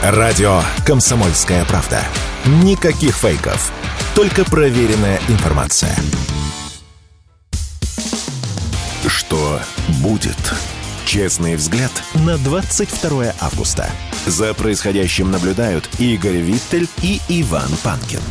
Радио «Комсомольская правда». Никаких фейков. Только проверенная информация. Что будет? Честный взгляд на 22 августа. За происходящим наблюдают Игорь Виттель и Иван Панкин.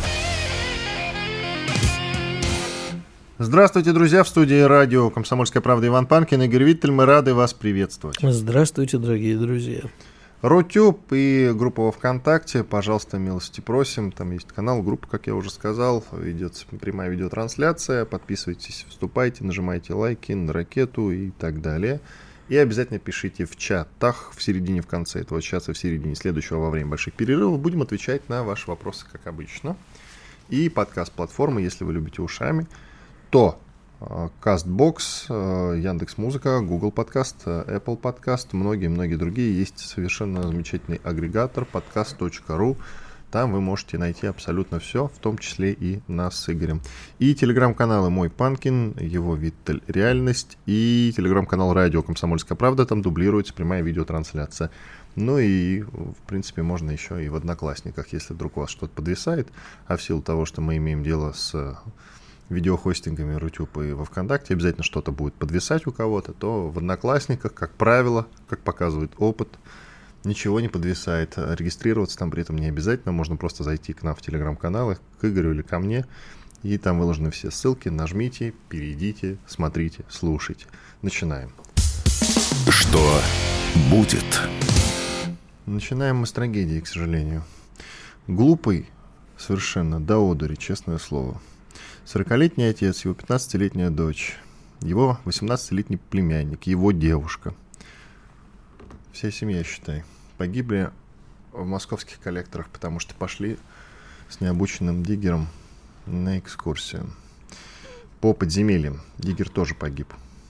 Здравствуйте, друзья, в студии радио «Комсомольская правда» Иван Панкин, Игорь Виттель. Мы рады вас приветствовать. Здравствуйте, дорогие друзья. Рутюб и группа во ВКонтакте, пожалуйста, милости просим. Там есть канал, группа, как я уже сказал, ведется прямая видеотрансляция. Подписывайтесь, вступайте, нажимайте лайки на ракету и так далее. И обязательно пишите в чатах в середине, в конце этого часа, в середине следующего во время больших перерывов. Будем отвечать на ваши вопросы, как обычно. И подкаст-платформы, если вы любите ушами, то CastBox, Яндекс.Музыка, Google Подкаст, Apple Подкаст, многие-многие другие. Есть совершенно замечательный агрегатор podcast.ru. Там вы можете найти абсолютно все, в том числе и нас с Игорем. И телеграм-каналы «Мой Панкин», его Виттель «Реальность», и телеграм-канал «Радио Комсомольская правда», там дублируется прямая видеотрансляция. Ну и, в принципе, можно еще и в Одноклассниках, если вдруг у вас что-то подвисает, а в силу того, что мы имеем дело с видеохостингами Рутюб и во ВКонтакте, обязательно что-то будет подвисать у кого-то, то в Одноклассниках, как правило, как показывает опыт, ничего не подвисает. Регистрироваться там при этом не обязательно, можно просто зайти к нам в телеграм-каналы, к Игорю или ко мне, и там выложены все ссылки, нажмите, перейдите, смотрите, слушайте. Начинаем. Что будет? Начинаем мы с трагедии, к сожалению. Глупый совершенно, до одури, честное слово. 40-летний отец, его 15-летняя дочь, его 18-летний племянник, его девушка. Вся семья, считай, погибли в московских коллекторах, потому что пошли с необученным диггером на экскурсию по подземельям. Диггер тоже погиб.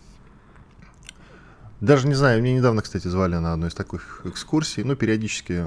Даже не знаю, меня недавно, кстати, звали на одну из таких экскурсий, но периодически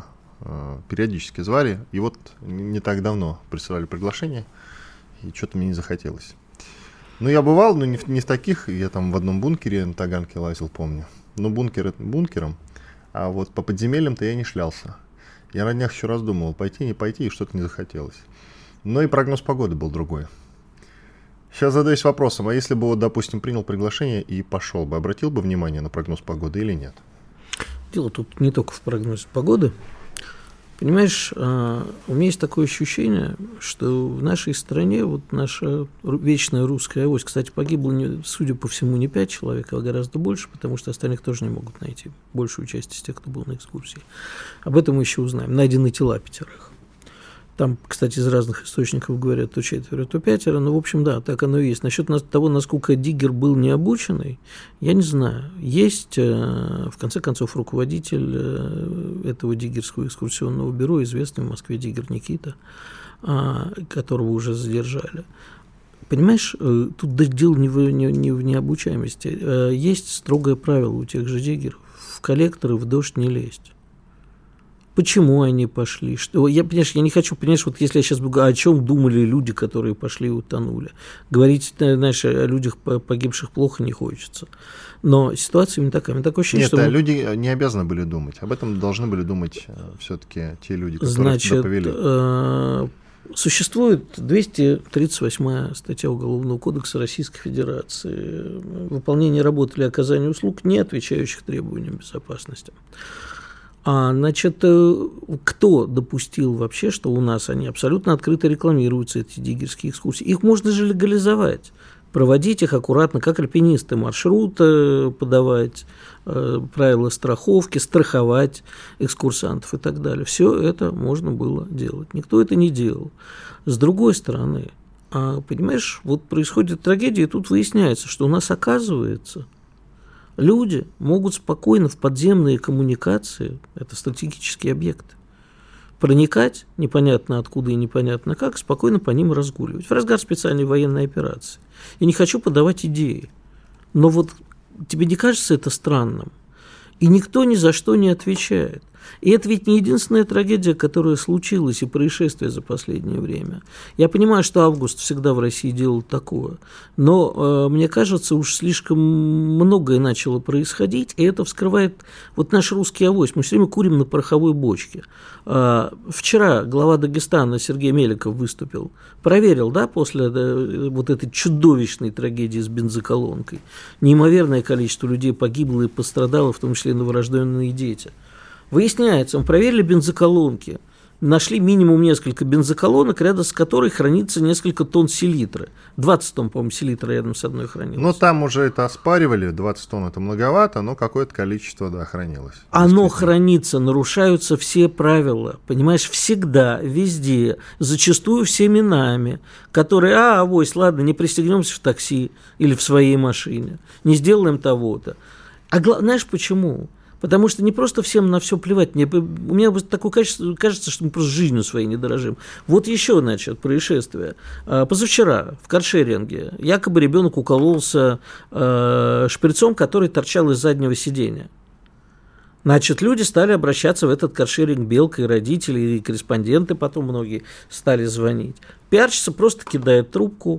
звали, и вот не так давно присылали приглашение. И что-то мне не захотелось. Ну, я бывал, но не в таких. Я там в одном бункере на Таганке лазил, помню. Ну, бункер бункером. А вот по подземельям-то я не шлялся. Я на днях еще раздумывал, пойти, не пойти, и что-то не захотелось. Но и прогноз погоды был другой. Сейчас задаюсь вопросом, а если бы, вот, допустим, принял приглашение и пошел бы, обратил бы внимание на прогноз погоды или нет? Дело тут не только в прогнозе погоды. Понимаешь, у меня есть такое ощущение, что в нашей стране вот наша вечная русская авось, кстати, погибло, судя по всему, не 5 человек, а гораздо больше, потому что остальных тоже не могут найти, большую часть из тех, кто был на экскурсии. Об этом мы еще узнаем. Найдены тела 5. Там, кстати, из разных источников говорят то 4, то 5, но, в общем, да, так оно и есть. Насчет того, насколько диггер был необученный, я не знаю. Есть, в конце концов, руководитель этого диггерского экскурсионного бюро, известный в Москве диггер Никита, которого уже задержали. Понимаешь, тут дело не в необучаемости. Есть строгое правило у тех же диггеров: в коллекторы в дождь не лезть. Почему они пошли? Я не хочу, вот если я сейчас буду, о чем думали люди, которые пошли и утонули. Говорить, знаешь, о людях погибших плохо не хочется. Но ситуация именно такая. Такое ощущение, нет, люди не обязаны были думать. Об этом должны были думать все-таки те люди, которые туда повели. Существует 238-я статья Уголовного кодекса Российской Федерации. Выполнение работ или оказание услуг, не отвечающих требованиям безопасности. Значит, кто допустил вообще, что у нас они абсолютно открыто рекламируются, эти диггерские экскурсии? Их можно же легализовать, проводить их аккуратно, как альпинисты, маршрут подавать, правила страховки, страховать экскурсантов и так далее. Все это можно было делать. Никто это не делал. С другой стороны, понимаешь, вот происходит трагедия, и тут выясняется, что у нас, оказывается, люди могут спокойно в подземные коммуникации, это стратегические объекты, проникать непонятно откуда и непонятно как, спокойно по ним разгуливать в разгар специальной военной операции. Я не хочу подавать идеи, но вот тебе не кажется это странным? И никто ни за что не отвечает. И это ведь не единственная трагедия, которая случилась, и происшествие за последнее время. Я понимаю, что Август всегда в России делал такое, но мне кажется, уж слишком многое начало происходить, и это вскрывает вот наш русский авось. Мы все время курим на пороховой бочке. Вчера глава Дагестана Сергей Меликов выступил, проверил, да, после вот этой чудовищной трагедии с бензоколонкой. Неимоверное количество людей погибло и пострадало, в том числе и новорожденные дети. Выясняется, мы проверили бензоколонки, нашли минимум несколько бензоколонок, рядом с которой хранится несколько тонн селитры. 20 тонн, по-моему, селитры рядом с одной хранилось. Ну, там уже это оспаривали, 20 тонн это многовато, но какое-то количество, да, хранилось. Оно хранится, нарушаются все правила, понимаешь, всегда, везде, зачастую всеми нами, которые, авось, ладно, не пристегнемся в такси или в своей машине, не сделаем того-то. Знаешь почему? Потому что не просто всем на все плевать. У меня такое качество, кажется, что мы просто жизнью своей не дорожим. Вот еще, значит, происшествие. Позавчера в каршеринге якобы ребенок укололся шприцом, который торчал из заднего сиденья. Значит, люди стали обращаться в этот каршеринг Белка, и родители, и корреспонденты потом многие стали звонить. Пиарщица просто кидает трубку,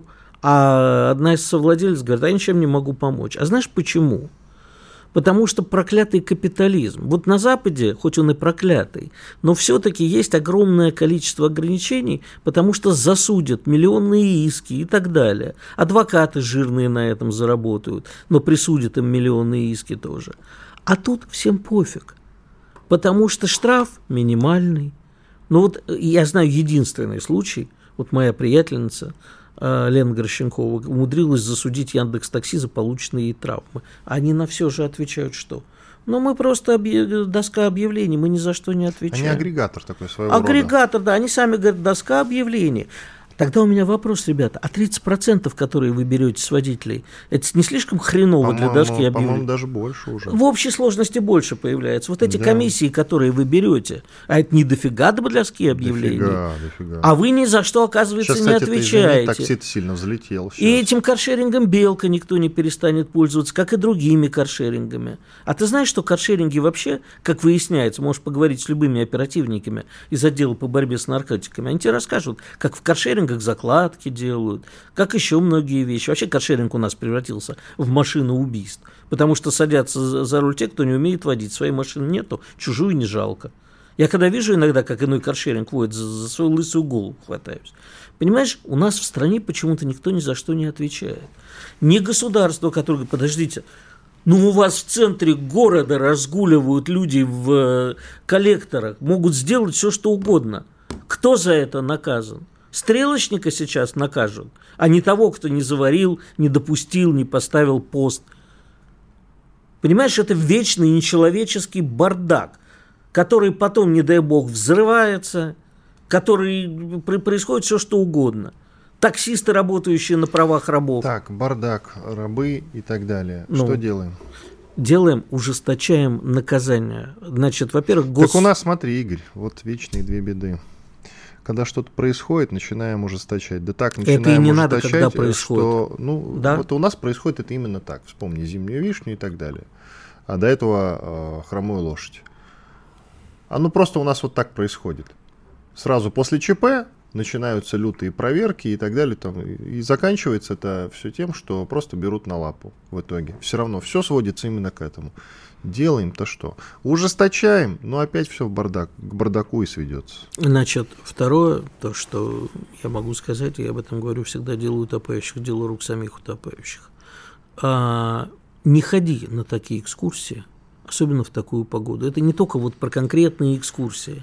а одна из совладельцев говорит, я ничем не могу помочь. А знаешь почему? Потому что проклятый капитализм. Вот на Западе, хоть он и проклятый, но все-таки есть огромное количество ограничений, потому что засудят миллионные иски и так далее. Адвокаты жирные на этом заработают, но присудят им миллионные иски тоже. А тут всем пофиг, потому что штраф минимальный. Ну вот я знаю единственный случай, вот моя приятельница Лена Горщенкова умудрилась засудить Яндекс.Такси за полученные ей травмы. Они на все же отвечают, что? Ну, мы просто доска объявлений, мы ни за что не отвечаем. Они агрегатор такой своего рода. Агрегатор, да, они сами говорят, доска объявлений. Тогда у меня вопрос, ребята, а 30%, которые вы берете с водителей, это не слишком хреново для доски объявлений? По-моему, даже больше уже. В общей сложности больше появляется. Вот эти комиссии, которые вы берете, а это не дофига до доски объявлений. Дофига. А вы ни за что, оказывается, сейчас, не кстати, отвечаете. Такси-то сильно взлетел. Сейчас. И этим каршерингом Белка никто не перестанет пользоваться, как и другими каршерингами. А ты знаешь, что каршеринги вообще, как выясняется, можешь поговорить с любыми оперативниками из отдела по борьбе с наркотиками, они тебе расскажут, как в каршерингах закладки делают, как еще многие вещи. Вообще каршеринг у нас превратился в машину убийств, потому что садятся за руль те, кто не умеет водить, своей машины нету, чужую не жалко. Я когда вижу иногда, как иной каршеринг водит, за свою лысую голову хватаюсь. Понимаешь, у нас в стране почему-то никто ни за что не отвечает. Не государство, которое говорит, подождите, ну у вас в центре города разгуливают люди в коллекторах, могут сделать все, что угодно. Кто за это наказан? Стрелочника сейчас накажут, а не того, кто не заварил, не допустил, не поставил пост. Понимаешь, это вечный нечеловеческий бардак, который потом, не дай бог, взрывается, который происходит все, что угодно. Таксисты, работающие на правах рабов. Так, бардак, рабы и так далее. Что делаем? Делаем, ужесточаем наказание. Значит, во-первых, Так у нас, смотри, Игорь, вот вечные две беды. Когда что-то происходит, начинаем ужесточать. Да так, начинаем это и не ужесточать, надо, когда происходит. Что, да? Вот у нас происходит это именно так. Вспомни зимнюю вишню и так далее. А до этого хромую лошадь. Просто у нас вот так происходит. Сразу после ЧП начинаются лютые проверки и так далее. И заканчивается это все тем, что просто берут на лапу в итоге. Все равно все сводится именно к этому. Делаем-то что? Ужесточаем, но опять все к бардаку и сведется. Значит, второе, то, что я могу сказать, я об этом говорю всегда, дело утопающих, дело рук самих утопающих. Не ходи на такие экскурсии, особенно в такую погоду. Это не только вот про конкретные экскурсии.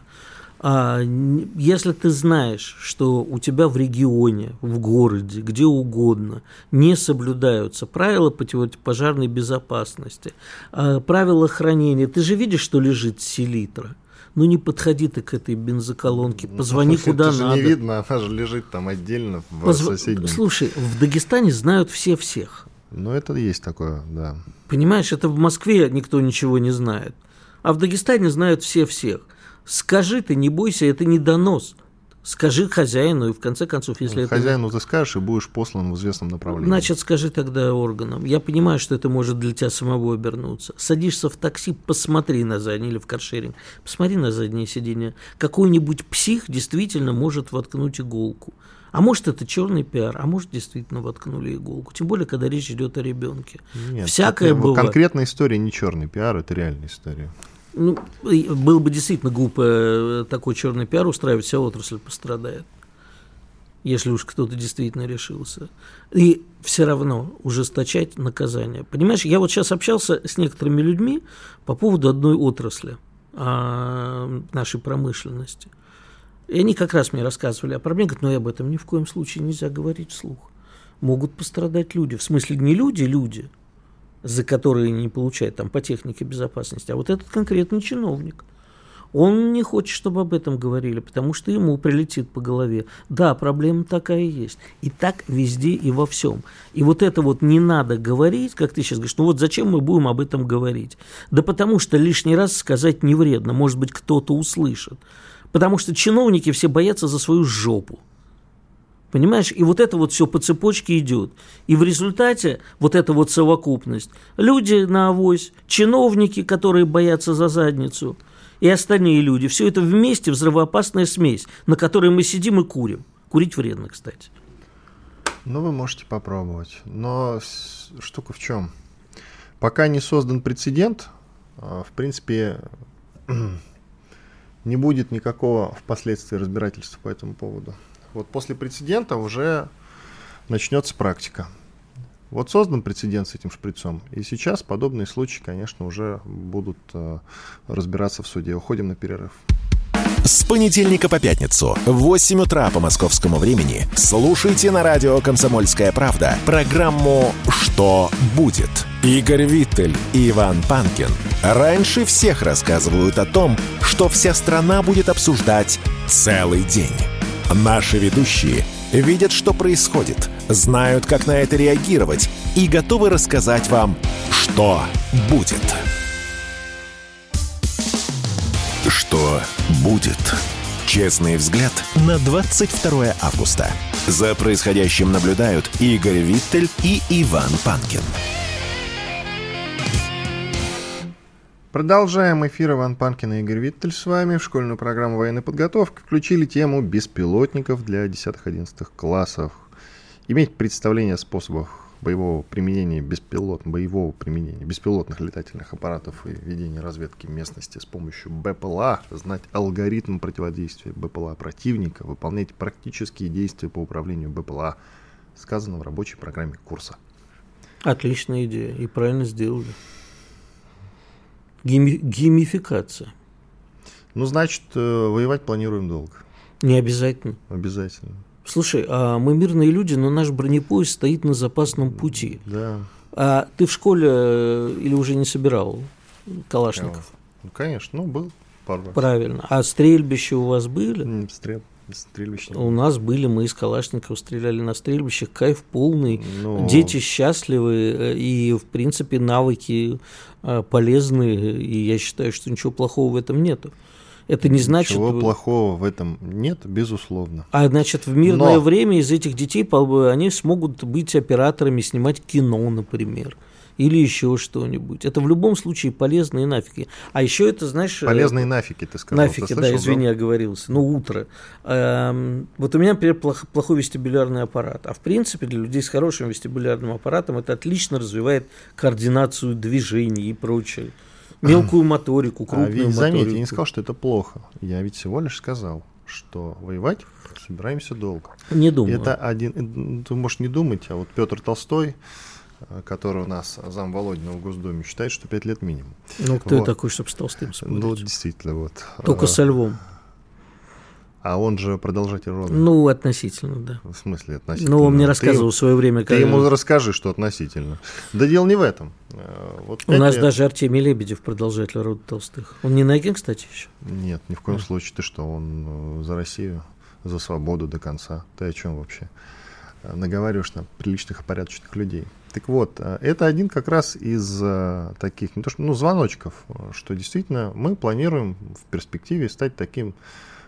Если ты знаешь, что у тебя в регионе, в городе, где угодно не соблюдаются правила противопожарной безопасности, правила хранения, ты же видишь, что лежит селитра. Не подходи ты к этой бензоколонке, позвони куда это надо. Не видно, она же лежит там отдельно в соседнем. Слушай, в Дагестане знают все всех. Это есть такое, да. Понимаешь, это в Москве никто ничего не знает, а в Дагестане знают все всех. Скажи ты, не бойся, это не донос. Скажи хозяину, и в конце концов, если хозяину ты скажешь, и будешь послан в известном направлении. Значит, скажи тогда органам. Я понимаю, что это может для тебя самого обернуться. Садишься в такси, посмотри на заднее, или в каршеринг, посмотри на заднее сиденье. Какой-нибудь псих действительно может воткнуть иголку. А может, это черный пиар, а может, действительно воткнули иголку. Тем более, когда речь идет о ребенке. Нет, всякое бывает. Конкретная история не черный пиар, это реальная история. Ну, было бы действительно глупо такой черный пиар устраивать, вся отрасль пострадает, если уж кто-то действительно решился. И все равно ужесточать наказание. Понимаешь, я вот сейчас общался с некоторыми людьми по поводу одной отрасли нашей промышленности. И они как раз мне рассказывали о проблеме, говорят, но об этом ни в коем случае нельзя говорить вслух. Могут пострадать люди. В смысле, не люди, за которые не получают там по технике безопасности, а вот этот конкретный чиновник. Он не хочет, чтобы об этом говорили, потому что ему прилетит по голове. Да, проблема такая и есть. И так везде и во всем. И вот это вот не надо говорить, как ты сейчас говоришь, ну вот зачем мы будем об этом говорить? Да потому что лишний раз сказать не вредно, может быть, кто-то услышит. Потому что чиновники все боятся за свою жопу. Понимаешь? И вот это вот все по цепочке идет. И в результате вот эта вот совокупность. Люди на авось, чиновники, которые боятся за задницу, и остальные люди. Все это вместе взрывоопасная смесь, на которой мы сидим и курим. Курить вредно, кстати. Ну, вы можете попробовать. Но штука в чем? Пока не создан прецедент, в принципе, не будет никакого впоследствии разбирательства по этому поводу. Вот после прецедента уже начнется практика. Вот создан прецедент с этим шприцом, и сейчас подобные случаи, конечно, уже будут разбираться в суде. Уходим на перерыв. С понедельника по пятницу в 8 утра по московскому времени слушайте на радио «Комсомольская правда» программу «Что будет?». Игорь Виттель и Иван Панкин раньше всех рассказывают о том, что вся страна будет обсуждать целый день. Наши ведущие видят, что происходит, знают, как на это реагировать и готовы рассказать вам, что будет. Что будет? Честный взгляд на 22 августа. За происходящим наблюдают Игорь Виттель и Иван Панкин. Продолжаем эфир. Иван Панкин и Игорь Виттель с вами. В школьную программу военной подготовки включили тему беспилотников для 10-11 классов. Иметь представление о способах боевого применения беспилотных летательных аппаратов и ведения разведки местности с помощью БПЛА, знать алгоритм противодействия БПЛА противника, выполнять практические действия по управлению БПЛА, сказано в рабочей программе курса. Отличная идея, и правильно сделали. Геймификация. Ну, значит, воевать планируем долго. Не обязательно. Обязательно. Слушай, а мы мирные люди, но наш бронепоезд стоит на запасном пути. Да. А ты в школе или уже не собирал калашников? Ну, конечно, был пару раз. Правильно. А стрельбища у вас были? Стрельбища. У нас были, мы из калашников стреляли на стрельбищах, кайф полный. Дети счастливы, и, в принципе, навыки полезны, и я считаю, что ничего плохого в этом нету. Это не значит... Ничего плохого в этом нет, безусловно. А значит, в мирное время из этих детей они смогут быть операторами, снимать кино, например, или еще что-нибудь. Это в любом случае полезно и нафиги. А еще это, знаешь... Полезно и нафиги, ты сказал. Нафиги, да, извини, оговорился. Ну, утро. Вот у меня, например, плохой вестибулярный аппарат. А в принципе, для людей с хорошим вестибулярным аппаратом это отлично развивает координацию движений и прочее. Мелкую моторику, крупную моторику. Заметь, я не сказал, что это плохо. Я ведь всего лишь сказал, что воевать собираемся долго. Не думаю. Это один, ты можешь не думать, а вот Петр Толстой, который у нас зам Володина в Госдуме, считает, что 5 лет минимум. Ну, кто я такой, чтобы с Толстым спорить? Ну, действительно, вот. Только со Львом. А он же продолжатель рода. Ну, относительно, да. В смысле относительно? Ну, он мне рассказывал в свое время. Ты ему расскажи, что относительно. Да дело не в этом. Вот у нас даже Артемий Лебедев продолжатель рода Толстых. Он не Найген, кстати, еще? Нет, ни в коем случае. Ты что, он за Россию, за свободу до конца. Ты о чем вообще? Наговариваешь на приличных и порядочных людей. Так вот, это один как раз из таких, не то что, звоночков, что действительно мы планируем в перспективе стать таким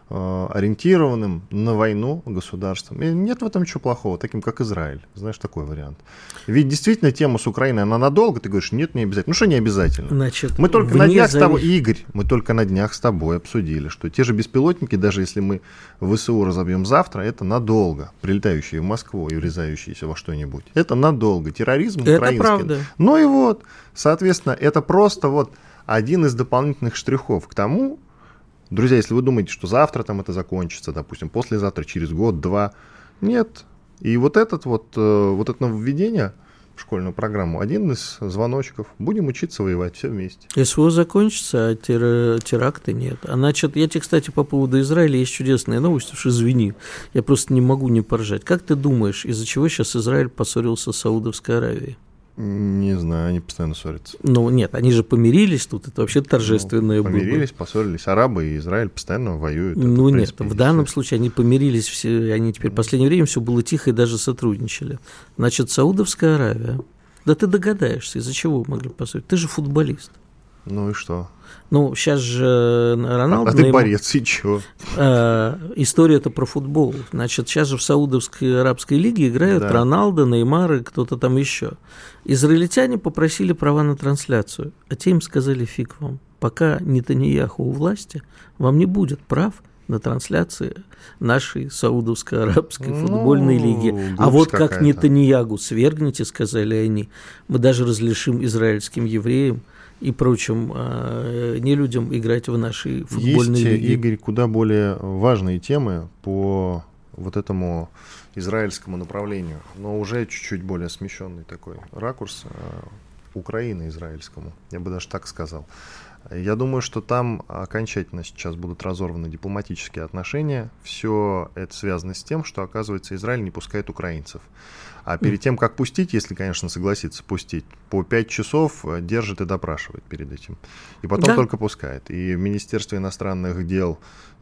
ориентированным на войну государством. И нет в этом ничего плохого, таким как Израиль. Знаешь, такой вариант. Ведь действительно тема с Украиной, она надолго, ты говоришь, нет, не обязательно. Ну что не обязательно? Значит, мы только на днях с тобой, Игорь, мы только на днях с тобой обсудили, что те же беспилотники, даже если мы ВСУ разобьем завтра, это надолго, прилетающие в Москву и врезающиеся во что-нибудь. Это надолго. Терроризм украинский. Это правда. Ну и вот, соответственно, это просто вот один из дополнительных штрихов к тому. Друзья, если вы думаете, что завтра там это закончится, допустим, послезавтра, через год-два, нет. И вот это нововведение в школьную программу один из звоночков. Будем учиться воевать все вместе. СВО закончится, а теракты нет. А значит, я тебе, кстати, по поводу Израиля есть чудесная новость, уж извини, я просто не могу не поржать. Как ты думаешь, из-за чего сейчас Израиль поссорился с Саудовской Аравией? Не знаю, они постоянно ссорятся. Ну, нет, они же помирились тут, это вообще торжественное было. Помирились, поссорились. Арабы и Израиль постоянно воюют. Ну, это, нет, в данном случае они помирились, все, они теперь в последнее время все было тихо и даже сотрудничали. Значит, Саудовская Аравия, да ты догадаешься, из-за чего могли поссориться? Ты же футболист. Ну и что? Ну, сейчас же Роналду... А ты борец, и чего? История-то про футбол. Значит, сейчас же в Саудовской арабской лиге играют Роналдо, Неймар и кто-то там еще. Израильтяне попросили права на трансляцию, а те им сказали: фиг вам. Пока Нетаньяху у власти, вам не будет прав на трансляции нашей Саудовско-арабской футбольной лиги. А вот как Нетаньягу свергнете, сказали они, мы даже разрешим израильским евреям и прочим нелюдям играть в нашей футбольной лиге. Есть, Игорь, куда более важные темы по вот этому израильскому направлению, но уже чуть-чуть более смещенный такой ракурс Украины израильскому, я бы даже так сказал. Я думаю, что там окончательно сейчас будут разорваны дипломатические отношения. Все это связано с тем, что, оказывается, Израиль не пускает украинцев. А перед тем, как пустить, если, конечно, согласится пустить, по 5 часов держит и допрашивает перед этим. И потом только пускает. И в Министерстве иностранных дел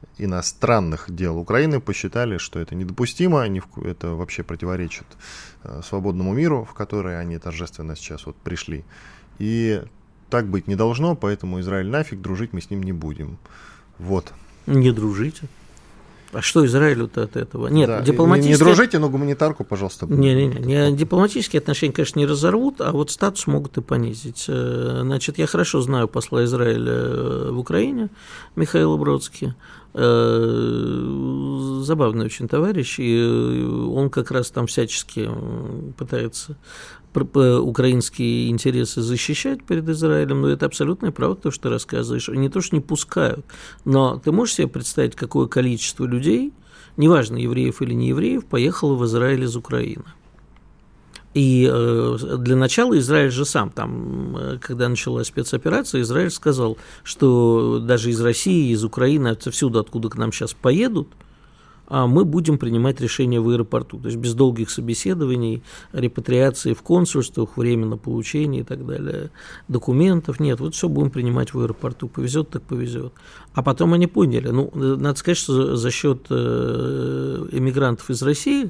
Украины посчитали, что это недопустимо, это вообще противоречит свободному миру, в который они торжественно сейчас вот пришли. И так быть не должно, поэтому Израиль нафиг, дружить мы с ним не будем. Вот. Не дружите. А что Израилю-то от этого? Нет, да, дипломатические... Не дружите, но гуманитарку, пожалуйста. Не, дипломатические отношения, конечно, не разорвут, а вот статус могут и понизить. Значит, я хорошо знаю посла Израиля в Украине, Михаила Бродски. Забавный очень товарищ, и он как раз там всячески пытается украинские интересы защищать перед Израилем, но это абсолютная правда, то, что ты рассказываешь. Не то, что не пускают, но ты можешь себе представить, какое количество людей, неважно, евреев или не евреев, поехало в Израиль из Украины. И для начала Израиль же сам, там, когда началась спецоперация, Израиль сказал, что даже из России, из Украины, отсюда, откуда к нам сейчас поедут, мы будем принимать решения в аэропорту. То есть без долгих собеседований, репатриации в консульствах, временно получения и так далее, документов. Нет, вот все будем принимать в аэропорту. Повезет, так повезет. А потом они поняли, надо сказать, что за счет эмигрантов из России,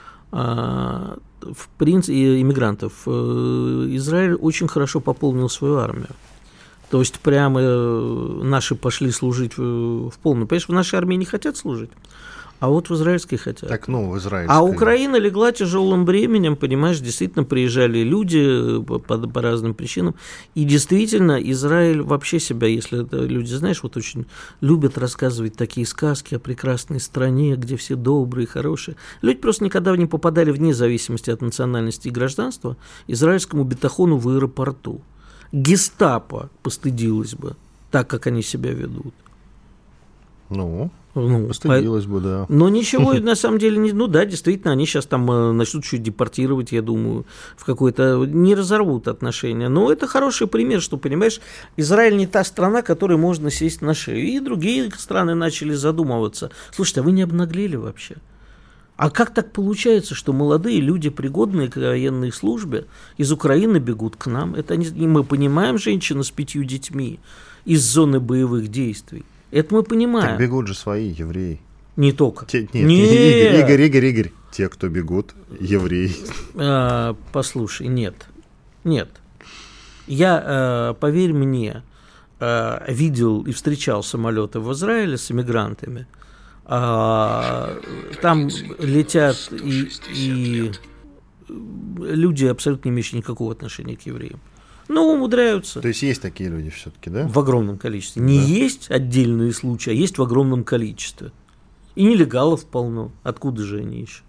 в принципе, иммигрантов, Израиль очень хорошо пополнил свою армию. То есть прямо наши пошли служить в полную. Понимаешь, в нашей армии не хотят служить, а вот в израильской хотят. Так, в израильской. А Украина легла тяжелым бременем, понимаешь, действительно приезжали люди по разным причинам. И действительно, Израиль вообще себя, если это люди, знаешь, вот очень любят рассказывать такие сказки о прекрасной стране, где все добрые, хорошие. Люди просто никогда не попадали, вне зависимости от национальности и гражданства, израильскому бетахону в аэропорту. Гестапо постыдилось бы, так как они себя ведут. Постыдилась бы, да. Но ничего, на самом деле, действительно, они сейчас там начнут чуть депортировать, я думаю, в какой-то, не разорвут отношения. Но это хороший пример, что, понимаешь, Израиль не та страна, которой можно сесть на шею. И другие страны начали задумываться. Слушайте, а вы не обнаглели вообще? А как так получается, что молодые люди, пригодные к военной службе, из Украины бегут к нам? Это мы понимаем, женщина с 5 детьми из зоны боевых действий. Это мы понимаем. Так бегут же свои евреи. Не только. Игорь. Те, кто бегут, евреи. Послушай, нет. Я, поверь мне, видел и встречал самолеты в Израиле с эмигрантами. Там летят и люди, абсолютно не имеющие никакого отношения к евреям. Но умудряются. То есть есть такие люди все-таки, да? В огромном количестве. Не есть отдельные случаи, а есть в огромном количестве. И нелегалов полно. Откуда же они еще?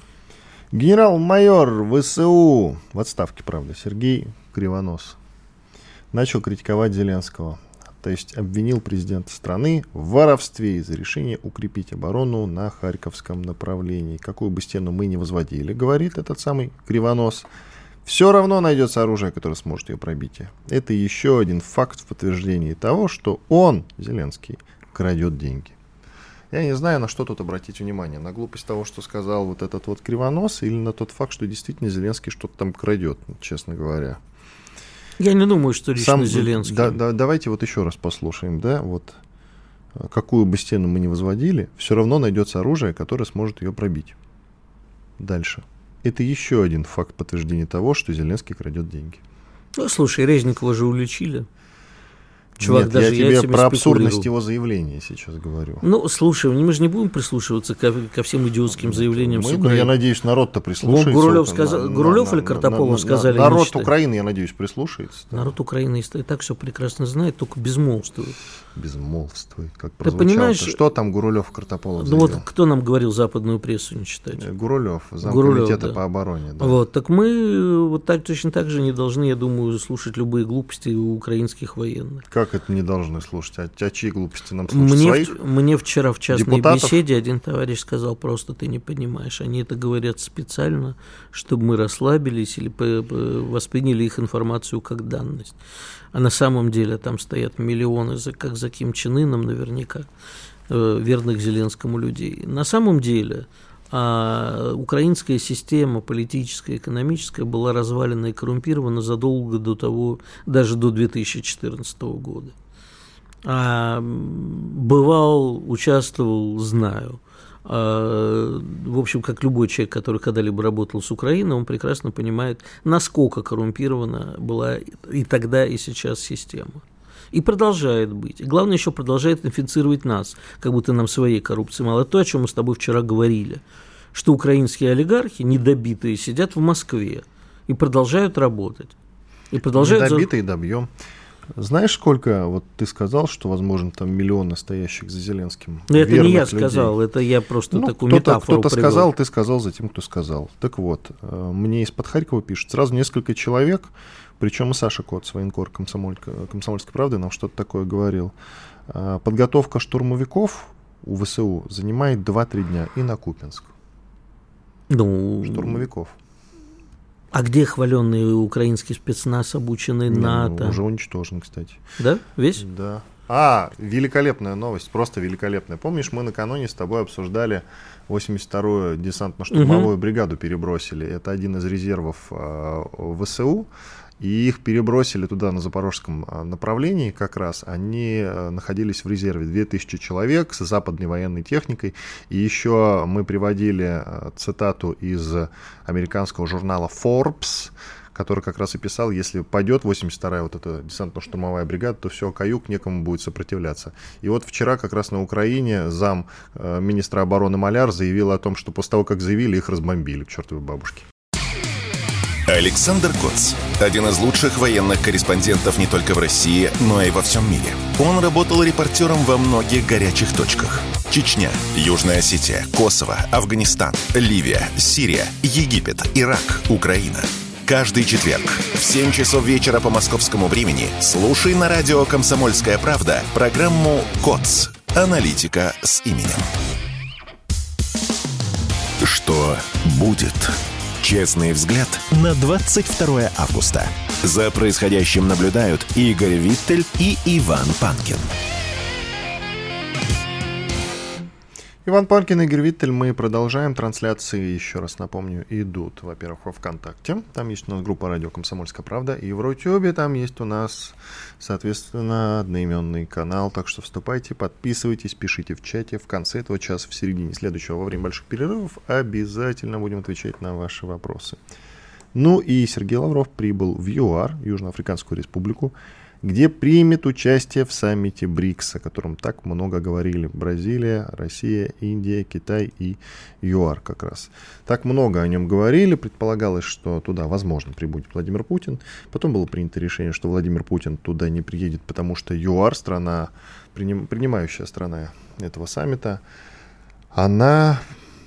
Генерал-майор ВСУ, в отставке, правда, Сергей Кривонос, начал критиковать Зеленского. То есть обвинил президента страны в воровстве из-за решения укрепить оборону на Харьковском направлении. Какую бы стену мы ни возводили, говорит этот самый Кривонос, все равно найдется оружие, которое сможет ее пробить. Это еще один факт в подтверждении того, что он, Зеленский, крадет деньги. Я не знаю, на что тут обратить внимание. На глупость того, что сказал вот этот вот Кривонос, или на тот факт, что действительно Зеленский что-то там крадет, честно говоря. Я не думаю, что лично Зеленский. Давайте вот еще раз послушаем, да, вот какую бы стену мы ни возводили, все равно найдется оружие, которое сможет ее пробить. Дальше. Это еще один факт подтверждения того, что Зеленский крадет деньги. Ну, слушай, Резникова же уличили. Чувак, нет, даже я тебе про абсурдность его заявления сейчас говорю. Ну, слушай, мы же не будем прислушиваться ко всем идиотским заявлениям. Я надеюсь, народ-то прислушается. Гурулев или Картополов сказали. Народ Украины, я надеюсь, прислушается. Народ Украины и так все прекрасно знает, только безмолвствует. Безмолвствует, как прозвучало. Что там Гурулев, Картополов заявил? Ну вот кто нам говорил западную прессу не читать? Гурулев, замкомитета по обороне. Да. Вот, так мы вот так, точно так же не должны, я думаю, слушать любые глупости у украинских военных. Как это не должны слушать? А чьи глупости нам слушать? Мне вчера в частной депутатов? Беседе один товарищ сказал: просто ты не понимаешь, они это говорят специально, чтобы мы расслабились или восприняли их информацию как данность. А на самом деле там стоят миллионы, как за Ким Чен Ыном наверняка, верных Зеленскому людей. На самом деле украинская система политическая, экономическая была развалена и коррумпирована задолго до того, даже до 2014 года. Бывал, участвовал, знаю. В общем, как любой человек, который когда-либо работал с Украиной, он прекрасно понимает, насколько коррумпирована была и тогда, и сейчас система. И продолжает быть. И главное, еще продолжает инфицировать нас, как будто нам своей коррупции мало. То, о чем мы с тобой вчера говорили, что украинские олигархи, недобитые, сидят в Москве и продолжают работать. И продолжают недобитые добьем. Знаешь, сколько, вот ты сказал, что, возможно, там миллион настоящих за Зеленским? Но это не я сказал, это я просто такую метафору кто-то сказал, ты сказал за тем, кто сказал. Так вот, мне из-под Харькова пишут сразу несколько человек, причем и Саша Коц, военкор «Комсомольской правды», нам что-то такое говорил. Подготовка штурмовиков у ВСУ занимает 2-3 дня и на Купянск. Штурмовиков. А где хваленный украинский спецназ, обученный НАТО? Уже уничтожен, кстати. Да? Весь? Да. Великолепная новость, просто великолепная. Помнишь, мы накануне с тобой обсуждали 82-ю десантно-штурмовую бригаду перебросили. Это один из резервов ВСУ. И их перебросили туда, на запорожском направлении как раз. Они находились в резерве 2000 человек с западной военной техникой. И еще мы приводили цитату из американского журнала Forbes, который как раз и писал: если пойдет 82-я вот эта десантно-штурмовая бригада, то все, каюк, некому будет сопротивляться. И вот вчера как раз на Украине зам министра обороны Маляр заявил о том, что после того, как заявили, их разбомбили к чертовой бабушке. Александр Коц – один из лучших военных корреспондентов не только в России, но и во всем мире. Он работал репортером во многих горячих точках. Чечня, Южная Осетия, Косово, Афганистан, Ливия, Сирия, Египет, Ирак, Украина. Каждый четверг в 7 часов вечера по московскому времени слушай на радио «Комсомольская правда» программу «КОЦ. Аналитика с именем». Что будет? Честный взгляд на 22 августа. За происходящим наблюдают Игорь Виттель и Иван Панкин. Иван Панкин, Игорь Виттель. Мы продолжаем. Трансляции, еще раз напомню, идут, во-первых, во ВКонтакте. Там есть у нас группа «Радио Комсомольская правда». И в Рутюбе там есть у нас, соответственно, одноименный канал. Так что вступайте, подписывайтесь, пишите в чате. В конце этого часа, в середине следующего, во время больших перерывов, обязательно будем отвечать на ваши вопросы. Ну и Сергей Лавров прибыл в ЮАР, Южноафриканскую республику. где примет участие в саммите БРИКС, о котором так много говорили. Бразилия, Россия, Индия, Китай и ЮАР как раз. Так много о нем говорили, предполагалось, что туда, возможно, прибудет Владимир Путин. Потом было принято решение, что Владимир Путин туда не приедет, потому что ЮАР, страна, принимающая страна этого саммита, она...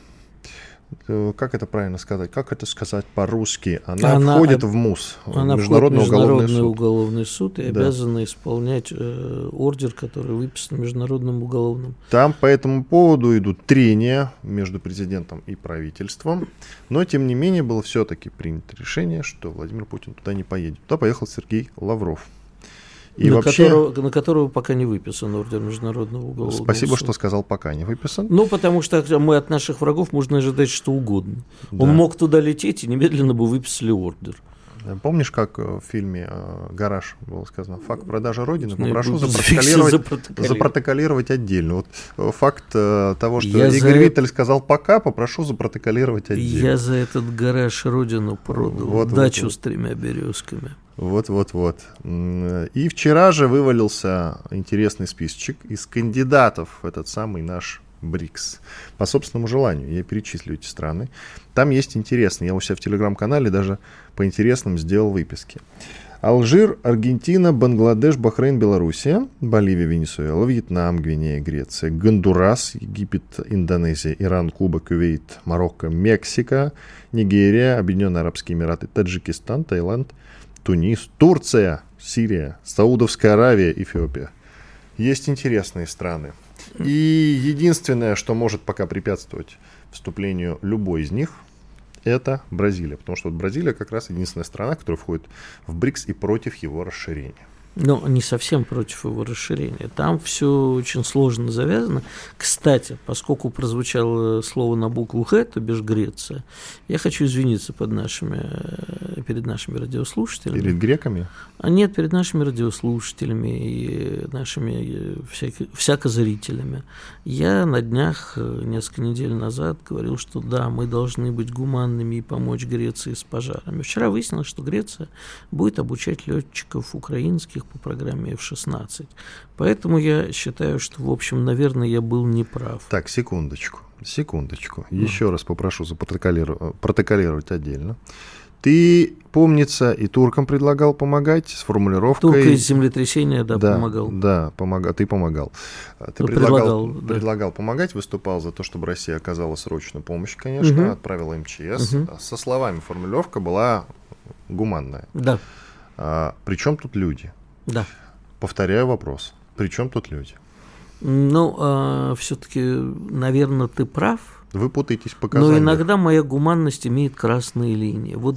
Как это правильно сказать? Как это сказать по-русски? Она входит в МУС, Международный уголовный суд, и обязана исполнять ордер, который выписан Международным уголовным. Там по этому поводу идут трения между президентом и правительством, но тем не менее было все-таки принято решение, что Владимир Путин туда не поедет. Туда поехал Сергей Лавров. И на которого пока не выписан ордер Международного уголовного Спасибо, суда. что сказал, пока не выписан. Ну, потому что мы от наших врагов можно ожидать что угодно. Да. Он мог туда лететь, и немедленно бы выписали ордер. Помнишь, как в фильме «Гараж» было сказано? Факт продажи Родины попрошу запротоколировать отдельно. Вот факт того, что Игорь Виттель сказал «пока», попрошу запротоколировать отдельно. Я за этот «Гараж» Родину продал, дачу с 3 березками. Вот. И вчера же вывалился интересный списочек из кандидатов в этот самый наш БРИКС. По собственному желанию. Я перечислю эти страны. Там есть интересные. Я у себя в телеграм-канале даже по интересным сделал выписки. Алжир, Аргентина, Бангладеш, Бахрейн, Белоруссия, Боливия, Венесуэла, Вьетнам, Гвинея, Греция, Гондурас, Египет, Индонезия, Иран, Куба, Кувейт, Марокко, Мексика, Нигерия, Объединенные Арабские Эмираты, Таджикистан, Таиланд, Тунис, Турция, Сирия, Саудовская Аравия, Эфиопия. Есть интересные страны. И единственное, что может пока препятствовать вступлению любой из них, это Бразилия. Потому что вот Бразилия как раз единственная страна, которая входит в БРИКС и против его расширения. Но не совсем против его расширения. Там все очень сложно завязано. Кстати, поскольку прозвучало слово на букву «Х», то бишь Греция, я хочу извиниться перед нашими радиослушателями. Перед греками? Нет, перед нашими радиослушателями и нашими всякозрителями. Я на днях, несколько недель назад, говорил, что да, мы должны быть гуманными и помочь Греции с пожарами. Вчера выяснилось, что Греция будет обучать летчиков украинских по программе F-16. Поэтому я считаю, что, в общем, наверное, я был неправ. Так, секундочку. Еще раз попрошу запротоколировать отдельно. Ты, помнится, и туркам предлагал помогать с формулировкой... Турка из землетрясения, помогал. Да, ты помогал. Ты предлагал помогать, выступал за то, чтобы Россия оказала срочную помощь, конечно, отправила МЧС. Со словами формулировка была гуманная. Да. При чем тут люди? Да. Повторяю вопрос. При чем тут люди? Ну, все-таки, наверное, ты прав. Вы путаетесь в показаниях. Но иногда моя гуманность имеет красные линии. Вот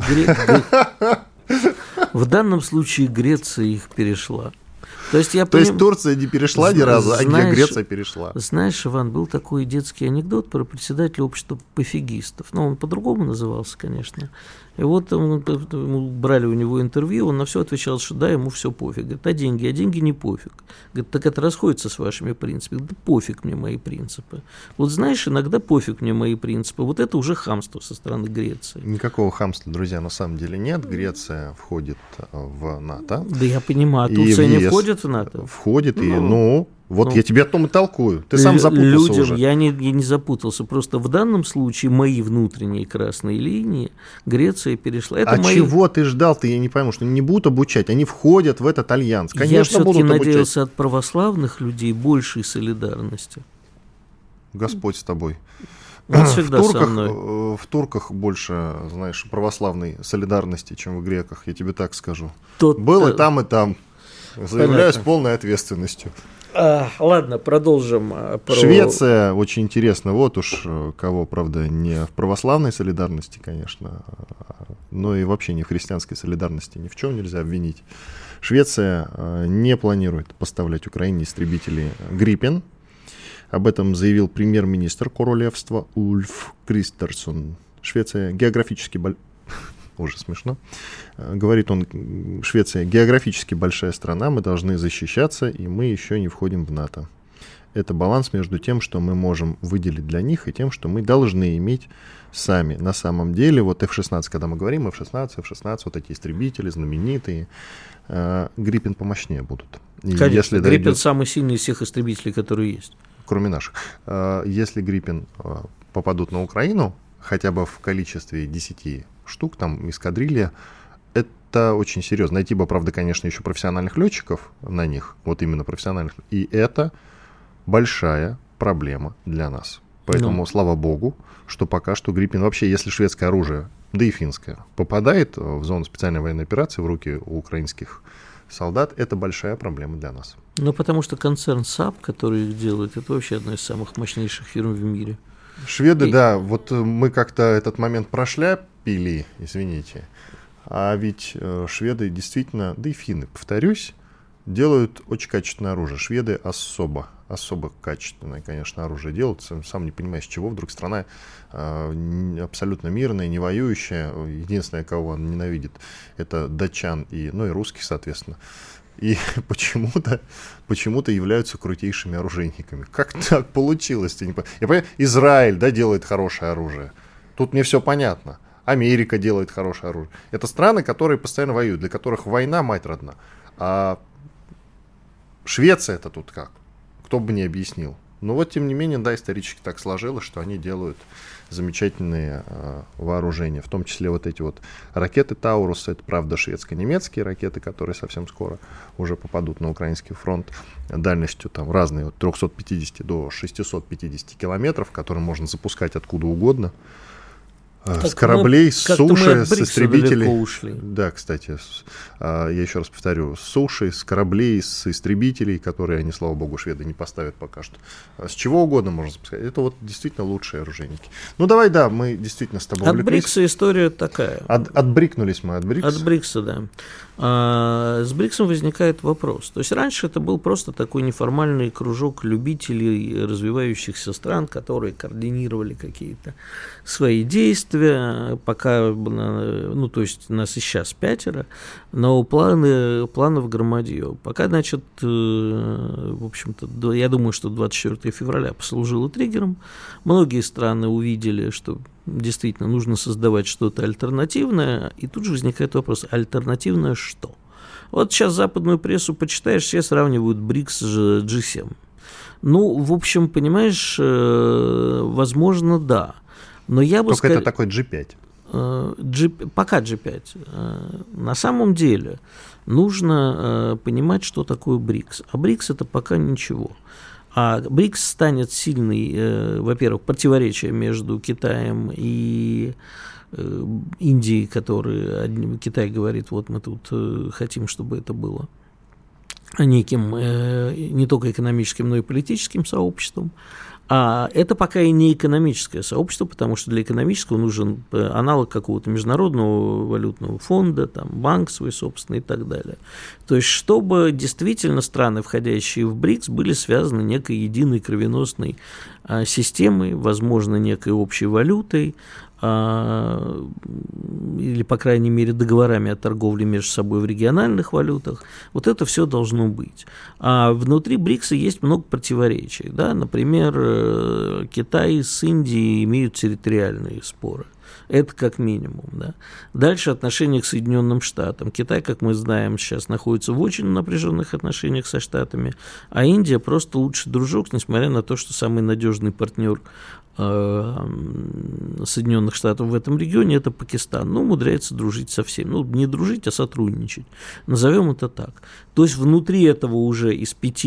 в данном случае Греция их перешла. То есть Турция не перешла ни разу, а Греция перешла. Знаешь, Иван, был такой детский анекдот про председателя общества пофигистов. Ну, он по-другому назывался, конечно. И вот мы брали у него интервью, он на все отвечал, что да, ему все пофиг. Говорит, а деньги не пофиг. Говорит, так это расходится с вашими принципами. Да пофиг мне мои принципы. Вот знаешь, иногда пофиг мне мои принципы. Вот это уже хамство со стороны Греции. Никакого хамства, друзья, на самом деле нет. Греция входит в НАТО. Да я понимаю, а Турция не входит в НАТО? Входит, я тебе о том и толкую. Ты сам запутался уже. Я не запутался. Просто в данном случае мои внутренние красные линии Греция перешла. Чего ты ждал-то? Я не пойму, что не будут обучать. Они входят в этот альянс. Конечно, я будут обучать. Я надеялся от православных людей большей солидарности. Господь с тобой. Он всегда со мной. В турках больше, знаешь, православной солидарности, чем в греках. Я тебе так скажу. Был и там, и там. Заявляю с полной ответственностью. Ладно, продолжим. Швеция, очень интересно. Вот уж кого, правда, не в православной солидарности, конечно, но и вообще не в христианской солидарности. Ни в чем нельзя обвинить. Швеция не планирует поставлять Украине истребители «Гриппен». Об этом заявил премьер-министр королевства Ульф Кристерсон. Швеция географически уже смешно. Говорит он, Швеция географически большая страна, мы должны защищаться, и мы еще не входим в НАТО. Это баланс между тем, что мы можем выделить для них, и тем, что мы должны иметь сами. На самом деле, вот F-16, когда мы говорим F-16, вот эти истребители знаменитые, Гриппен помощнее будут. И конечно, если Гриппен самый сильный из всех истребителей, которые есть. Кроме наших. Если Гриппен попадут на Украину, хотя бы в количестве 10 штук, там эскадрилья, это очень серьезно. Найти бы, правда, конечно, еще профессиональных летчиков на них, вот именно профессиональных, и это большая проблема для нас. Поэтому, слава богу, что пока что Гриппен, вообще, если шведское оружие, да и финское, попадает в зону специальной военной операции в руки у украинских солдат, это большая проблема для нас. Ну, потому что концерн САП, который их делает, это вообще одна из самых мощнейших фирм в мире. Шведы, да, вот мы как-то этот момент прошляпили, извините, а ведь шведы действительно, да и финны, повторюсь, делают очень качественное оружие. Шведы особо качественное, конечно, оружие делают. Сам не понимаю, с чего вдруг страна абсолютно мирная, не воюющая. Единственное, кого он ненавидит, это датчан и русских, соответственно. И почему-то являются крутейшими оружейниками. Как так получилось? Я понимаю, Израиль, да, делает хорошее оружие. Тут мне все понятно. Америка делает хорошее оружие. Это страны, которые постоянно воюют, для которых война мать родна. А Швеция это тут как? Кто бы мне объяснил. Но вот, тем не менее, да, исторически так сложилось, что они делают замечательные вооружения. В том числе вот эти вот ракеты Таурус, это, правда, шведско-немецкие ракеты, которые совсем скоро уже попадут на украинский фронт дальностью там разные, от 350 до 650 километров, которые можно запускать откуда угодно. С кораблей, с суши, с истребителей. Да, кстати, я еще раз повторю, с суши, с кораблей, с истребителей, которые они, слава богу, шведы не поставят пока что. С чего угодно можно запускать. Это вот действительно лучшие оружейники. Ну давай, да, мы действительно с тобой увлеклись. От Брикса история такая. Отбрикнулись мы от Брикса. От Брикса, да. С Бриксом возникает вопрос. То есть раньше это был просто такой неформальный кружок любителей развивающихся стран, которые координировали какие-то свои действия, пока, то есть нас и сейчас 5, но планов громадье. Пока, значит, в общем-то, я думаю, что 24 февраля послужило триггером. Многие страны увидели, что действительно нужно создавать что-то альтернативное, и тут же возникает вопрос, альтернативное что? Вот сейчас западную прессу почитаешь, все сравнивают БРИКС с G7. Ну, в общем, понимаешь, возможно, да. Но я бы Только это такой G5. Пока G5. На самом деле нужно понимать, что такое БРИКС. А БРИКС это пока ничего. А БРИКС станет сильной, во-первых, противоречие между Китаем и Индией, Китай говорит, вот мы тут хотим, чтобы это было неким не только экономическим, но и политическим сообществом. А это пока и не экономическое сообщество, потому что для экономического нужен аналог какого-то международного валютного фонда, там, банк свой собственный и так далее. То есть, чтобы действительно страны, входящие в БРИКС, были связаны некой единой кровеносной системой, возможно, некой общей валютой, или, по крайней мере, договорами о торговле между собой в региональных валютах. Вот это все должно быть. А внутри БРИКСа есть много противоречий. Да? Например, Китай с Индией имеют территориальные споры. Это как минимум. Да? Дальше отношения к Соединенным Штатам. Китай, как мы знаем, сейчас находится в очень напряженных отношениях со Штатами, а Индия просто лучший дружок, несмотря на то, что самый надежный партнер Соединенных Штатов в этом регионе – это Пакистан. Ну, умудряется дружить со всеми. Ну, не дружить, а сотрудничать. Назовем это так. То есть внутри этого уже из 5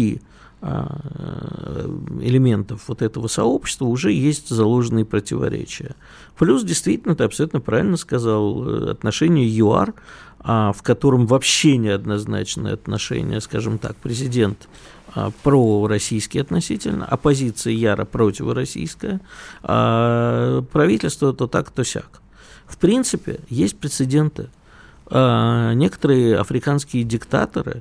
элементов вот этого сообщества уже есть заложенные противоречия. Плюс, действительно, ты абсолютно правильно сказал, отношение ЮАР, в котором вообще неоднозначное отношение, скажем так, президент пророссийский относительно, оппозиция яро противороссийская, а правительство то так, то сяк. В принципе, есть прецеденты. Некоторые африканские диктаторы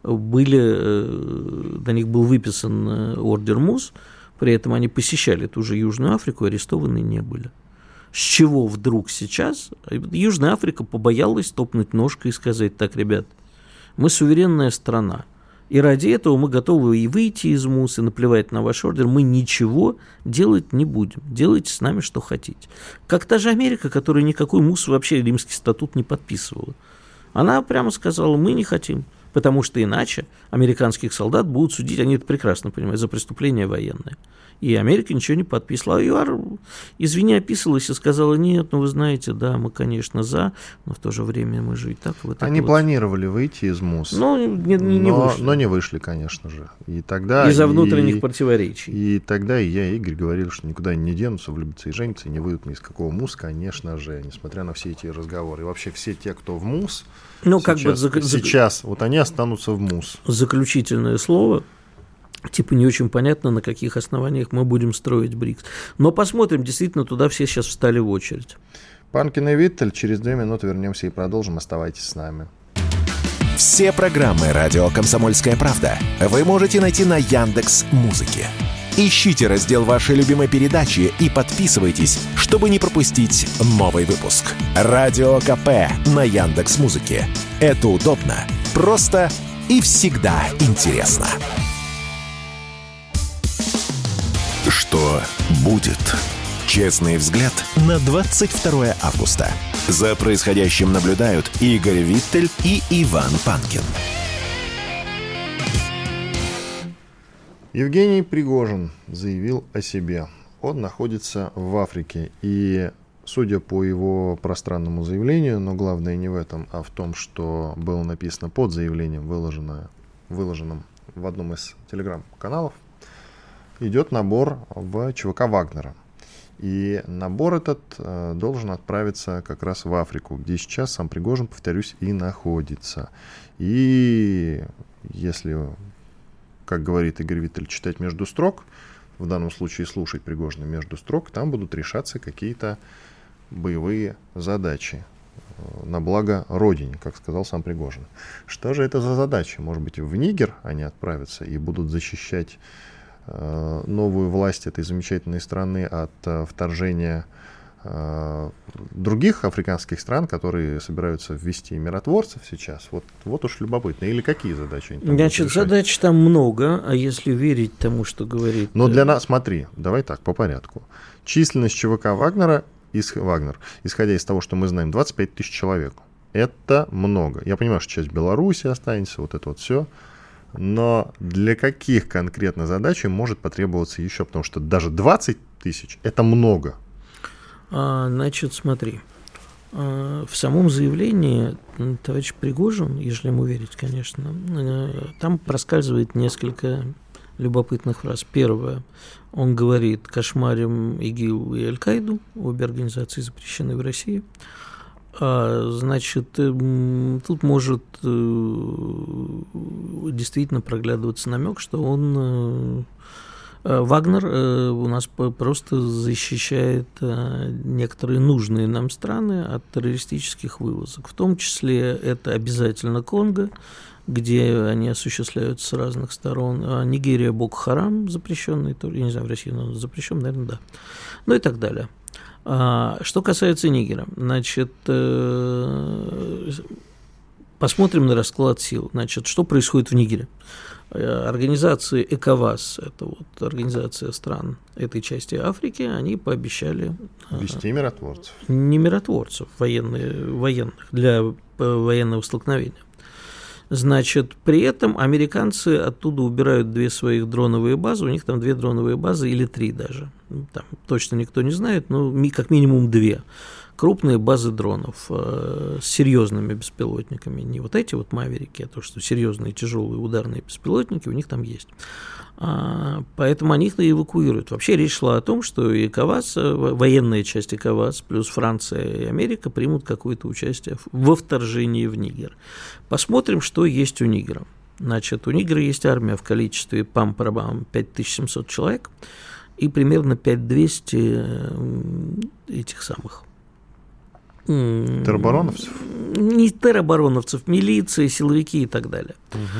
на них был выписан ордер МУС, при этом они посещали ту же Южную Африку, арестованы не были. С чего вдруг сейчас Южная Африка побоялась топнуть ножкой и сказать: так, ребят, мы суверенная страна, И ради этого мы готовы и выйти из МУС, и наплевать на ваш ордер. Мы ничего делать не будем. Делайте с нами, что хотите. Как та же Америка, которая никакой МУС вообще Римский статут не подписывала. Она прямо сказала, мы не хотим. Потому что иначе американских солдат будут судить, они это прекрасно понимают, за преступления военные. И Америка ничего не подписала. А ЮАР, извини, описалась и сказала, нет, ну вы знаете, да, мы, конечно, за, но в то же время мы же и так... Вот они планировали выйти из МУС, но не вышли, конечно же. И тогда... Из-за внутренних противоречий. И тогда и я, и Игорь говорили, что никуда они не денутся, влюбятся и женятся, и не выйдут ни из какого МУС, конечно же, несмотря на все эти разговоры. И вообще все те, кто в МУС, сейчас, вот они останутся в МУС. Заключительное слово... Типа не очень понятно, на каких основаниях мы будем строить БРИКС. Но посмотрим, действительно, туда все сейчас встали в очередь. Панкин и Виттель, через 2 минуты вернемся и продолжим. Оставайтесь с нами. Все программы «Радио Комсомольская правда» вы можете найти на Яндекс.Музыке. Ищите раздел вашей любимой передачи и подписывайтесь, чтобы не пропустить новый выпуск. Радио КП на Яндекс.Музыке. Это удобно, просто и всегда интересно. Что будет? Честный взгляд на 22 августа. За происходящим наблюдают Игорь Виттель и Иван Панкин. Евгений Пригожин заявил о себе. Он находится в Африке. И, судя по его пространному заявлению, но главное не в этом, а в том, что было написано под заявлением, выложенным в одном из телеграм-каналов, идет набор в ЧВК Вагнера. И набор этот должен отправиться как раз в Африку, где сейчас сам Пригожин, повторюсь, и находится. И если, как говорит Игорь Виттель, читать между строк, в данном случае слушать Пригожина между строк, там будут решаться какие-то боевые задачи на благо Родине, как сказал сам Пригожин. Что же это за задачи? Может быть, в Нигер они отправятся и будут защищать новую власть этой замечательной страны от вторжения других африканских стран, которые собираются ввести миротворцев сейчас. Вот уж любопытно. Или какие задачи они там будут решать? Задач там много, а если верить тому, что говорит... Но для нас, смотри, давай так, по порядку. Численность ЧВК Вагнер, исходя из того, что мы знаем, 25 тысяч человек. Это много. Я понимаю, что часть Беларуси останется, вот это вот все. Но для каких конкретно задач им может потребоваться еще? Потому что даже 20 тысяч – это много. Значит, смотри. В самом заявлении товарищ Пригожин, если ему верить, конечно, там проскальзывает несколько любопытных фраз. Первое. Он говорит, кошмарим ИГИЛ и Аль-Каиду, обе организации запрещены в России. Значит, тут может действительно проглядываться намек, что он, Вагнер, у нас просто защищает некоторые нужные нам страны от террористических вылазок. В том числе это обязательно Конго, где они осуществляются с разных сторон. Нигерия, Боко-Харам запрещенный, я не знаю, в России он запрещен, наверное, да. Ну и так далее. Что касается Нигера, значит, посмотрим на расклад сил. Значит, что происходит в Нигере? Организации ЭКОВАС, это вот организация стран этой части Африки, они пообещали... Вести миротворцев. Не миротворцев, военных, для военного столкновения. Значит, при этом американцы оттуда убирают 2 своих дроновые базы, у них там 2 дроновые базы или 3 даже, там точно никто не знает, но как минимум 2 крупные базы дронов с серьезными беспилотниками, не вот эти вот маверики, а то, что серьезные тяжелые ударные беспилотники у них там есть. Поэтому они их и эвакуируют. Вообще речь шла о том, что ЭКОВАС, военная часть ЭКОВАС плюс Франция и Америка примут какое-то участие во вторжении в Нигер. Посмотрим, что есть у Нигера. Значит, у Нигера есть армия в количестве пам-парабам 5700 человек и примерно 5200 этих самых... Теробороновцев? Не теробороновцев, милиции, силовики и так далее.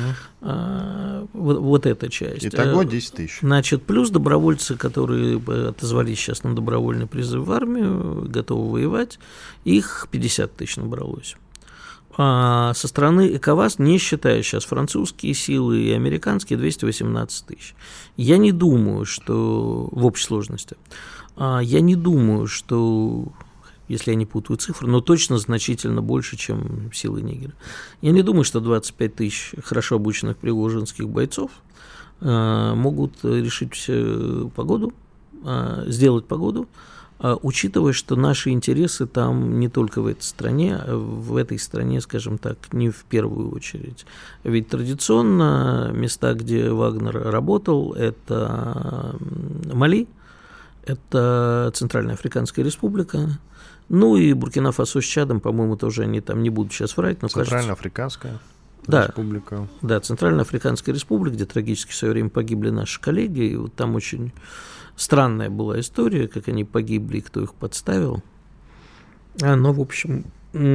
Вот эта часть. Итого 10 тысяч. Значит, плюс добровольцы, которые отозвались сейчас на добровольный призыв в армию, готовы воевать, их 50 тысяч набралось. со стороны ЭКОВАС, не считая сейчас французские силы и американские, 218 тысяч. Я не думаю, что в общей сложности, я не думаю, что, если я не путаю цифры, но точно значительно больше, чем силы Нигера. Я не думаю, что 25 тысяч хорошо обученных пригожинских бойцов могут решить погоду, сделать погоду, учитывая, что наши интересы там не только в этой стране, скажем так, не в первую очередь. Ведь традиционно места, где Вагнер работал, это Мали, это Центральная Африканская Республика, ну и Буркина-Фасо с Чадом, по-моему, тоже они там не будут сейчас врать, но Центральноафриканская Республика. Да, Центральноафриканская Республика, где трагически в свое время погибли наши коллеги, и вот там очень странная была история, как они погибли и кто их подставил. Но, в общем,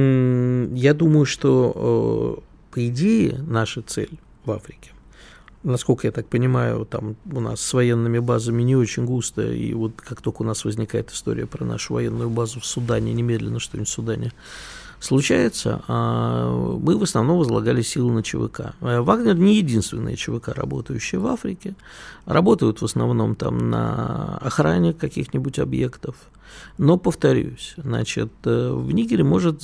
я думаю, что, по идее, наша цель в Африке, насколько я так понимаю, там у нас с военными базами не очень густо, и вот как только у нас возникает история про нашу военную базу в Судане, немедленно что-нибудь в Судане случается, мы в основном возлагали силы на ЧВК. Вагнер не единственные ЧВК, работающие в Африке. Работают в основном там на охране каких-нибудь объектов. Но, повторюсь, значит, в Нигере может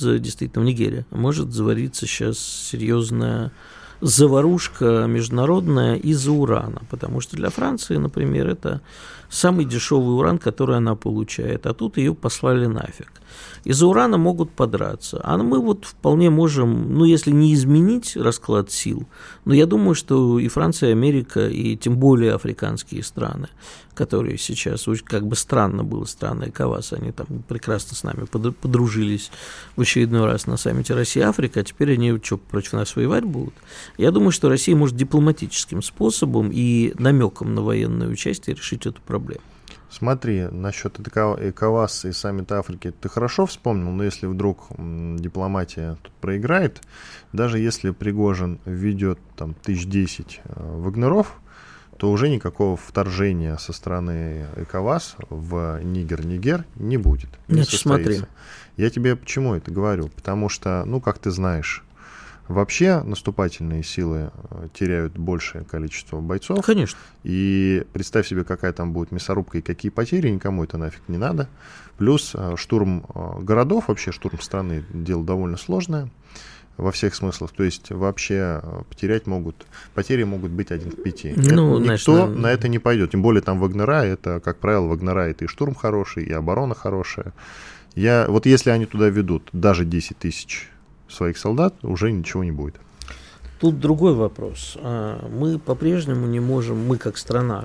завариться сейчас серьезная заварушка международная из-за урана, потому что для Франции, например, это самый дешевый уран, который она получает, а тут ее послали нафиг. Из-за урана могут подраться, а мы вот вполне можем, если не изменить расклад сил, но я думаю, что и Франция, и Америка, и тем более африканские страны, которые сейчас, как бы странно было, страны ЭКОВАС, они там прекрасно с нами подружились в очередной раз на саммите Россия-Африка, а теперь они что, против нас воевать будут? Я думаю, что Россия может дипломатическим способом и намеком на военное участие решить эту проблему. Смотри, насчет ЭКОВАС и саммита Африки ты хорошо вспомнил, но если вдруг дипломатия тут проиграет, даже если Пригожин введет там 1010 вагнеров, то уже никакого вторжения со стороны ЭКОВАС в Нигер не будет. Не состоится. Смотри. Я тебе почему это говорю? Потому что, как ты знаешь, вообще наступательные силы теряют большее количество бойцов. Конечно. И представь себе, какая там будет мясорубка и какие потери, никому это нафиг не надо. Плюс штурм городов, вообще штурм страны, дело довольно сложное во всех смыслах. То есть вообще потери могут быть 1 к 5. Никто на это не пойдет. Тем более там Вагнера, это, как правило, Вагнера это и штурм хороший, и оборона хорошая. Вот если они туда ведут даже 10 тысяч своих солдат, уже ничего не будет. Тут другой вопрос. Мы по-прежнему не можем, мы как страна,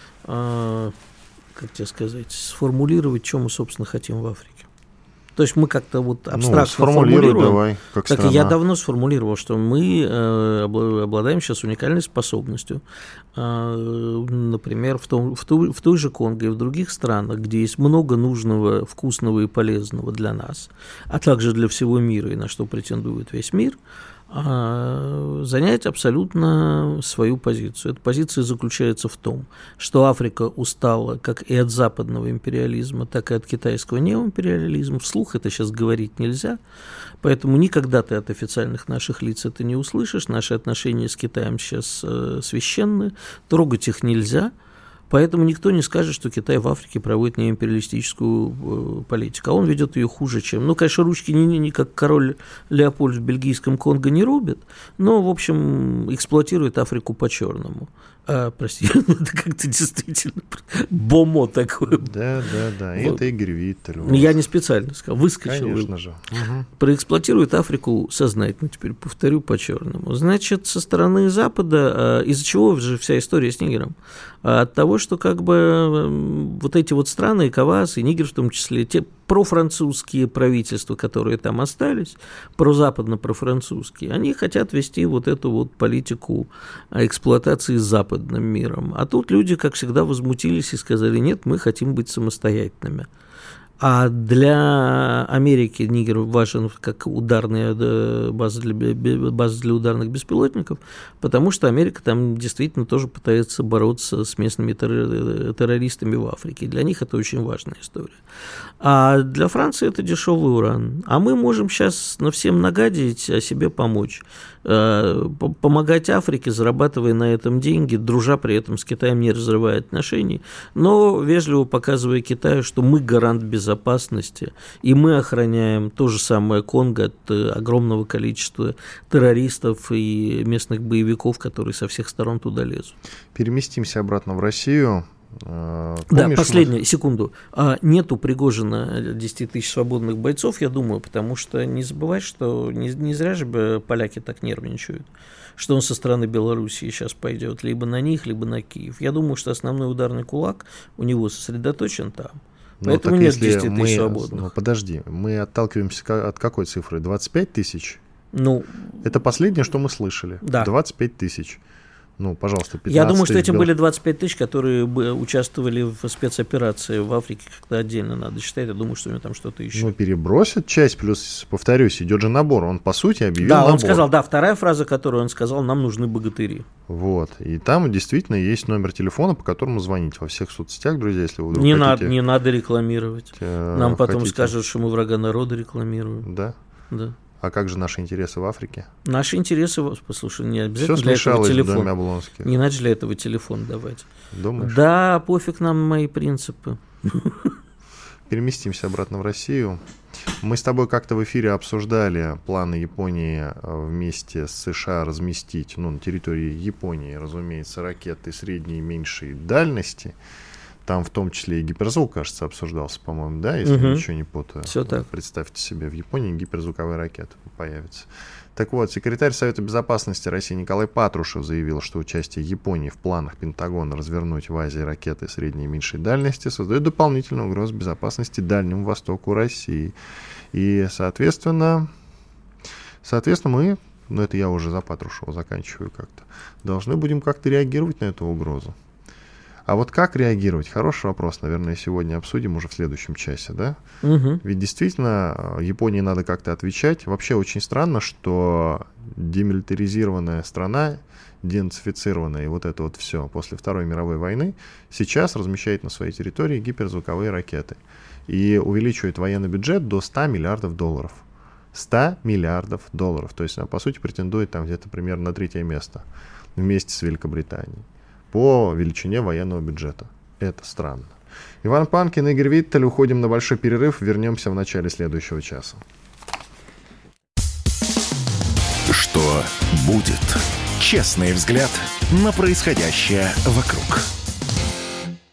сформулировать, что мы, собственно, хотим в Африке. То есть мы как-то вот абстрактно формулируем. Давай, как страна. Я давно сформулировал, что мы обладаем сейчас уникальной способностью, например, в той же Конго и в других странах, где есть много нужного, вкусного и полезного для нас, а также для всего мира и на что претендует весь мир, занять абсолютно свою позицию. Эта позиция заключается в том, что Африка устала как и от западного империализма, так и от китайского неоимпериализма. Вслух это сейчас говорить нельзя, поэтому никогда ты от официальных наших лиц это не услышишь. Наши отношения с Китаем сейчас священны, трогать их нельзя. Поэтому никто не скажет, что Китай в Африке проводит неимпериалистическую политику, а он ведет ее хуже, чем... конечно, ручки не как король Леопольд в бельгийском Конго не рубит, но, в общем, эксплуатирует Африку по-черному. Прости, это как-то действительно бомо такое. Да, вот. Это Игорь Виттель. Я не специально сказал, выскочил. Конечно же. Проэксплуатирует Африку сознательно, теперь повторю, по-черному. Значит, со стороны Запада, из-за чего же вся история с Нигером? От того, что как бы вот эти вот страны, ЭКОВАС и Нигер в том числе, те профранцузские правительства, которые там остались, прозападно-профранцузские, они хотят вести вот эту вот политику эксплуатации западным миром. А тут люди, как всегда, возмутились и сказали, нет, мы хотим быть самостоятельными. А для Америки Нигер важен как ударная база для ударных беспилотников, потому что Америка там действительно тоже пытается бороться с местными террористами в Африке. Для них это очень важная история. А для Франции это дешевый уран. А мы можем сейчас всем нагадить, а себе помочь. Помогать Африке, зарабатывая на этом деньги, дружа при этом с Китаем, не разрывая отношений, но вежливо показывая Китаю, что мы гарант безопасности, и мы охраняем то же самое Конго от огромного количества террористов и местных боевиков, которые со всех сторон туда лезут. Переместимся обратно в Россию. Да, последнюю секунду. Нету Пригожина 10 тысяч свободных бойцов, я думаю, потому что не забывай, что не зря же поляки так нервничают, что он со стороны Белоруссии сейчас пойдет либо на них, либо на Киев. Я думаю, что основной ударный кулак у него сосредоточен там. Поэтому нет 10 тысяч свободных. Ну, подожди, мы отталкиваемся от какой цифры? 25 тысяч? Ну, это последнее, что мы слышали. Да. 25 тысяч. Ну, пожалуйста, 15 Я думаю, что тысяч этим были 25 тысяч, которые участвовали в спецоперации в Африке, как-то отдельно надо считать. Я думаю, что у него там что-то еще. Ну, перебросят часть, плюс, повторюсь, идет же набор. Он, по сути, объявил набор. Да, он сказал, да, вторая фраза, которую он сказал, нам нужны богатыри. Вот, и там действительно есть номер телефона, по которому звонить во всех соцсетях, друзья, если вы вдруг хотите. Не надо рекламировать. Нам потом скажут, что мы врага народа рекламируем. Да? Да. А как же наши интересы в Африке? Наши интересы, послушай, не обязательно все для этого телефон. В доме Облонских. Не надо для этого телефон давать. Думаешь? Да, пофиг нам мои принципы. Переместимся обратно в Россию. Мы с тобой как-то в эфире обсуждали планы Японии вместе с США разместить, на территории Японии, разумеется, ракеты средней и меньшей дальности. Там в том числе и гиперзвук, кажется, обсуждался, по-моему, да, если ничего не путаю. Все так. Представьте себе, в Японии гиперзвуковые ракеты появятся. Так вот, секретарь Совета Безопасности России Николай Патрушев заявил, что участие Японии в планах Пентагона развернуть в Азии ракеты средней и меньшей дальности создает дополнительную угрозу безопасности Дальнему Востоку России. И, соответственно, мы, это я уже за Патрушева заканчиваю как-то, должны будем как-то реагировать на эту угрозу. А вот как реагировать? Хороший вопрос, наверное, сегодня обсудим уже в следующем часе, да? Ведь действительно Японии надо как-то отвечать. Вообще очень странно, что демилитаризированная страна, денацифицированная и вот это вот все после Второй мировой войны сейчас размещает на своей территории гиперзвуковые ракеты и увеличивает военный бюджет до $100 миллиардов. 100 миллиардов долларов. То есть она, по сути, претендует там где-то примерно на 3-е место вместе с Великобританией по величине военного бюджета. Это странно. Иван Панкин, Игорь Виттель. Уходим на большой перерыв. Вернемся в начале следующего часа. Что будет? Честный взгляд на происходящее вокруг.